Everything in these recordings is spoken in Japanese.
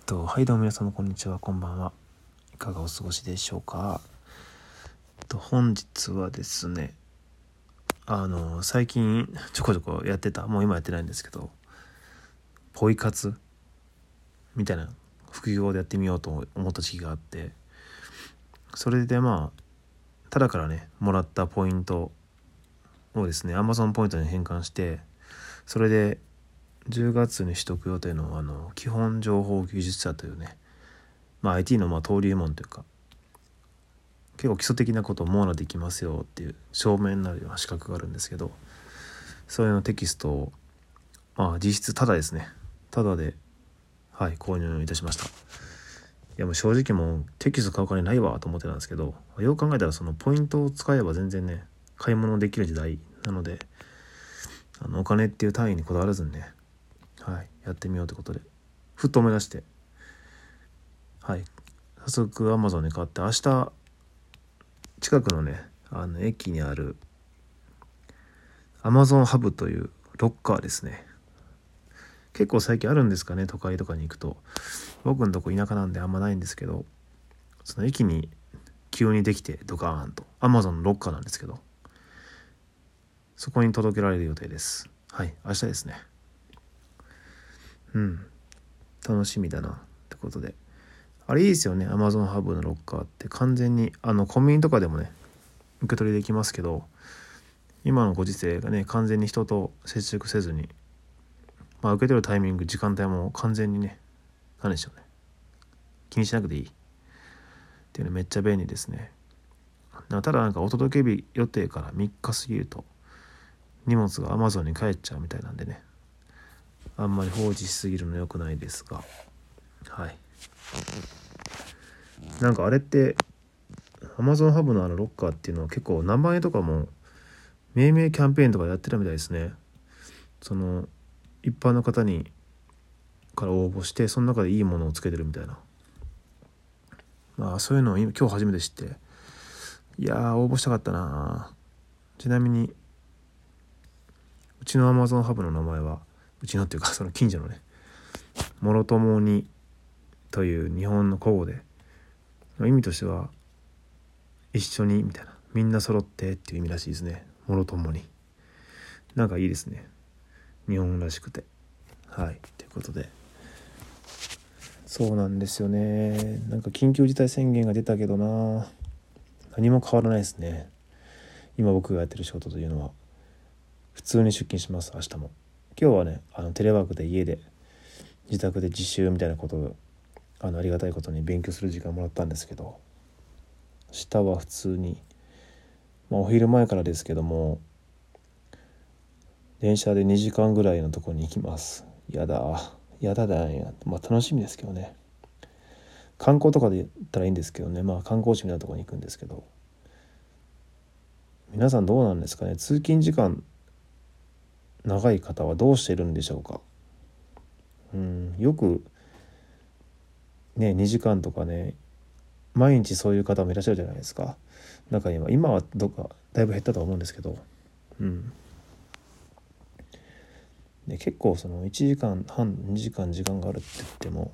はいどうも皆様こんにちは、こんばんは。いかがお過ごしでしょうか。本日はですね、最近ちょこちょこやってた、もう今やってないんですけど、ポイ活みたいな副業でやってみようと思った時期があって、それでただからね、もらったポイントをですね、Amazon ポイントに変換して、それで10月に取得予定の基本情報技術者というね、IT の登竜門というか、結構基礎的なことを網羅できますよっていう証明になるような資格があるんですけど、そういうのテキストを実質タダですね。タダで購入いたしました。いやもう正直もうテキスト買うお金ないわと思ってたんですけど、よく考えたらそのポイントを使えば全然ね買い物できる時代なので、お金っていう単位にこだわらずにねやってみようということでふっと思い出して、早速 Amazon で買って、明日近くのね駅にある Amazon ハブというロッカーですね。結構最近あるんですかね、都会とかに行くと。僕のとこ田舎なんであんまないんですけど、その駅に急にできてドカーンと Amazon のロッカーなんですけど、そこに届けられる予定です。明日ですね。楽しみだなってことで、あれいいですよね。 Amazon ハブのロッカーって完全にコンビニとかでもね受け取りできますけど、今のご時世がね完全に人と接触せずに、受け取るタイミング時間帯も完全にね何でしょうね、気にしなくていいっていうのめっちゃ便利ですね。ただお届け日予定から3日過ぎると荷物が Amazon に帰っちゃうみたいなんでね、あんまり放置しすぎるの良くないですが、あれってAmazon ハブのロッカーっていうのは結構名前とかも命名キャンペーンとかやってるみたいですね。その一般の方にから応募して、その中でいいものをつけてるみたいな、そういうのを今日初めて知って、いやー応募したかったな。ちなみにうちの Amazon ハブの名前は、うちのっていうかその近所のね、もろともにという日本の古語で、意味としては一緒にみたいな、みんな揃ってっていう意味らしいですね。もろともに、いいですね、日本らしくて。ということで、そうなんですよね。緊急事態宣言が出たけどな、何も変わらないですね。今僕がやってる仕事というのは普通に出勤します。明日も。今日はねテレワークで家で自宅で実習みたいなことをありがたいことに勉強する時間もらったんですけど、明日は普通に、お昼前からですけども電車で2時間ぐらいのところに行きます。やだね。楽しみですけどね。観光とかで言ったらいいんですけどね、観光地みたいなところに行くんですけど、皆さんどうなんですかね。通勤時間長い方はどうしているんでしょうか。よくね2時間とかね、毎日そういう方もいらっしゃるじゃないですか。中には、今はどっかだいぶ減ったとは思うんですけど、で結構その1時間半2時間時間があるって言っても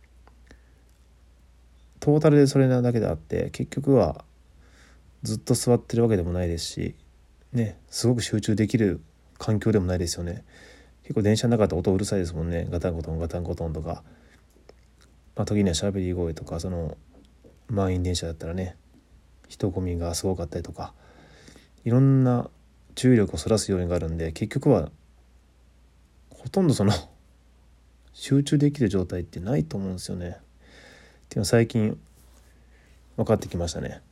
トータルでそれなだけであって、結局はずっと座ってるわけでもないですしね、すごく集中できる環境でもないですよね。結構電車の中って音うるさいですもんね。ガタンゴトンガタンゴトンとか、時には喋り声とか、その満員電車だったらね人混みがすごかったりとか、いろんな注意力をそらす要因があるんで、結局はほとんどその集中できる状態ってないと思うんですよね。っていうのは最近分かってきましたね。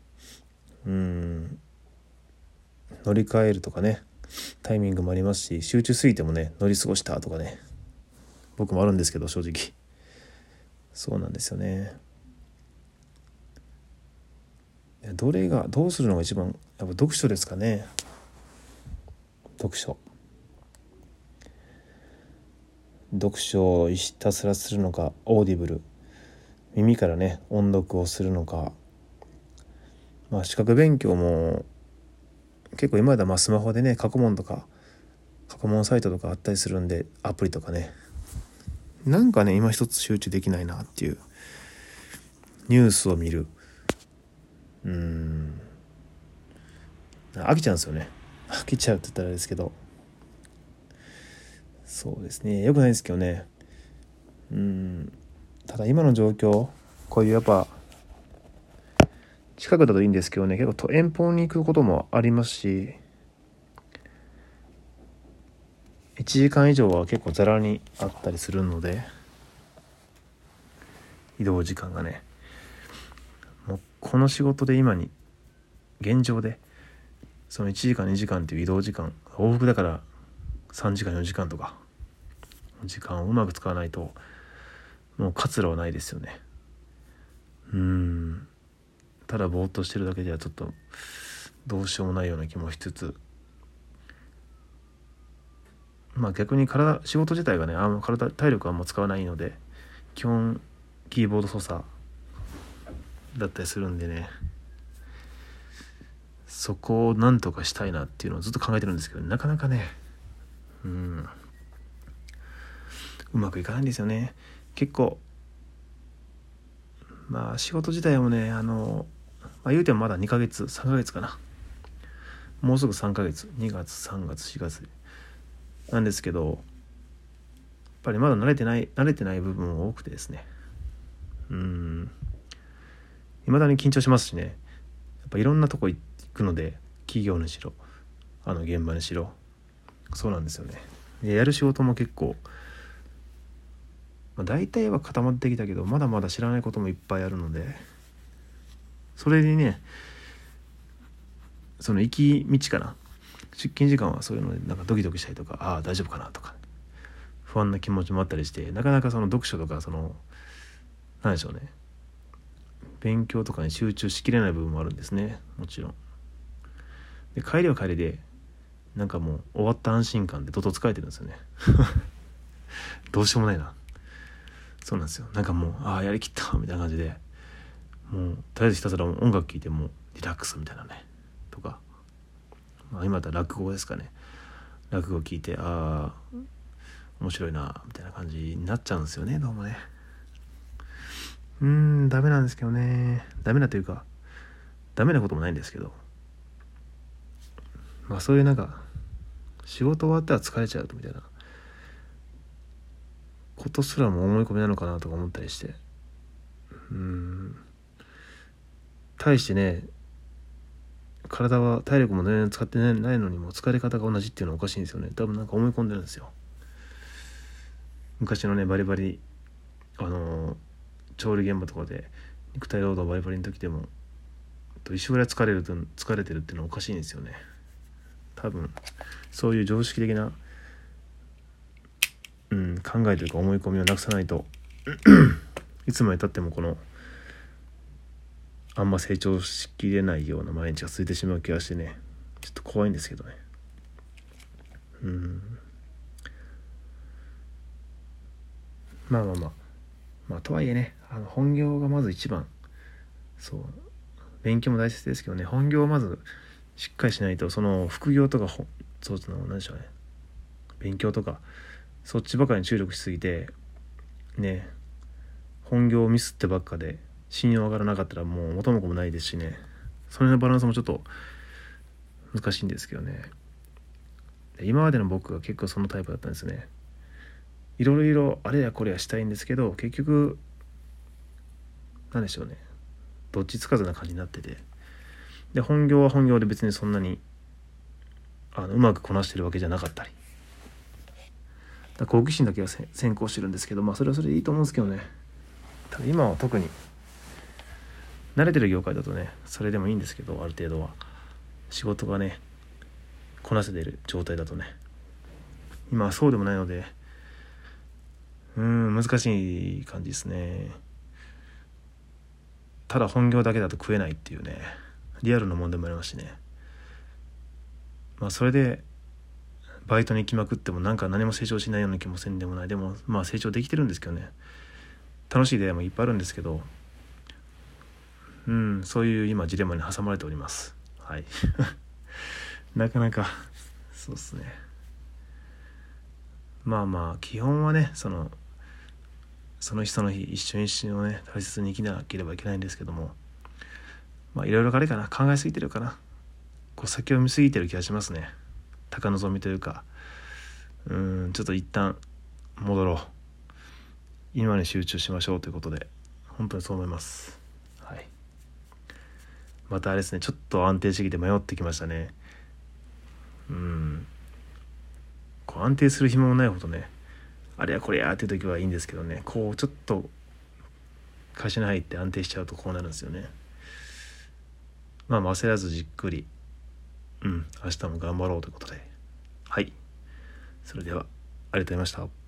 乗り換えるとかねタイミングもありますし、集中すぎてもね乗り過ごしたとかね、僕もあるんですけど、正直そうなんですよね。どうするのが一番、やっぱ読書ですかね。読書をひたすらするのか、オーディブル、耳からね音読をするのか、資格勉強も結構今まではスマホでね過去問サイトとかあったりするんで、アプリとかねなんかね今一つ集中できないなっていう。ニュースを見る、飽きちゃうんですよね。飽きちゃうって言ったらあれですけど、そうですね、よくないですけどね。ただ今の状況、こういうやっぱ近くだといいんですけどね、結構遠方に行くこともありますし、1時間以上は結構ざらにあったりするので、移動時間がね、もうこの仕事で今に現状でその1時間2時間っていう移動時間、往復だから3時間4時間とか時間をうまく使わないともう活路はないですよね。ただぼーっとしてるだけではちょっとどうしようもないような気もしつつ、逆に仕事自体がね体力はあんま使わないので、基本キーボード操作だったりするんでね、そこをなんとかしたいなっていうのをずっと考えてるんですけど、なかなかねうまくいかないんですよね。結構仕事自体もね言うてもまだ2ヶ月3ヶ月かな、もうすぐ3ヶ月、2月3月4月なんですけど、やっぱりまだ慣れてない部分多くてですね、未だに緊張しますしね。やっぱいろんなとこ行くので、企業にしろ現場にしろそうなんですよね。でやる仕事も結構、大体は固まってきたけど、まだまだ知らないこともいっぱいあるので、それにね、その行き道かな、出勤時間はそういうのでなんかドキドキしたりとか、大丈夫かなとか不安な気持ちもあったりして、なかなかその読書とかなんでしょうね、勉強とかに集中しきれない部分もあるんですね。もちろんで、帰りは帰りでなんかもう終わった安心感でどと疲れてるんですよねどうしようもないな。そうなんですよ。なんかもうやりきったみたいな感じで、もうとりあえずひたすら音楽聴いてもリラックスみたいなねとか、今だったら落語ですかね、落語聞いて面白いなみたいな感じになっちゃうんですよね、どうもね。ダメなんですけどね。ダメなというかダメなこともないんですけど、そういうなんか仕事終わったら疲れちゃうとみたいなことすらも思い込みなのかなとか思ったりして、対してね、体は体力も全然使ってないのにも疲れ方が同じっていうのはおかしいんですよね。多分なんか思い込んでるんですよ。昔のねバリバリ調理現場とかで肉体労働バリバリの時でも一緒ぐらい疲れてるっていうのはおかしいんですよね。多分そういう常識的な考えというか思い込みをなくさないといつまでたってもあんま成長しきれないような毎日が続いてしまう気がしてね、ちょっと怖いんですけどね。とはいえね、本業がまず一番、そう勉強も大切ですけどね、本業をまずしっかりしないと、その副業とか何でしょうね、勉強とかそっちばかりに注力しすぎてね、本業をミスってばっかで信用上がらなかったらもう元も子もないですしね、それのバランスもちょっと難しいんですけどね。今までの僕が結構そのタイプだったんですね。いろいろあれやこれやしたいんですけど、結局何でしょうね、どっちつかずな感じになってて、で本業は本業で別にそんなにうまくこなしてるわけじゃなかったり、好奇心だけは先行してるんですけど、それはそれでいいと思うんですけどね。ただ今は特に慣れてる業界だとねそれでもいいんですけど、ある程度は仕事がねこなせている状態だとね、今はそうでもないので難しい感じですね。ただ本業だけだと食えないっていうね、リアルな問題もありますしね。それでバイトに行きまくってもなんか何も成長しないような気もせんでもない。でも成長できてるんですけどね、楽しい出会いもいっぱいあるんですけど、そういう今ジレンマに挟まれております。はいなかなかそうですね。基本はねその日その日一瞬一瞬をね大切に生きなければいけないんですけども、いろいろあれかな、考えすぎてるかな、こう先を見すぎてる気がしますね。高望みというか、ちょっと一旦戻ろう、今に集中しましょうということで、本当にそう思います。はい。またあれですね、ちょっと安定しすぎて迷ってきましたね。こう安定する暇もないほどね、あれやこれやっていう時はいいんですけどね、こうちょっと会社に入って安定しちゃうとこうなるんですよね。焦らずじっくり、明日も頑張ろうということで、はい。それではありがとうございました。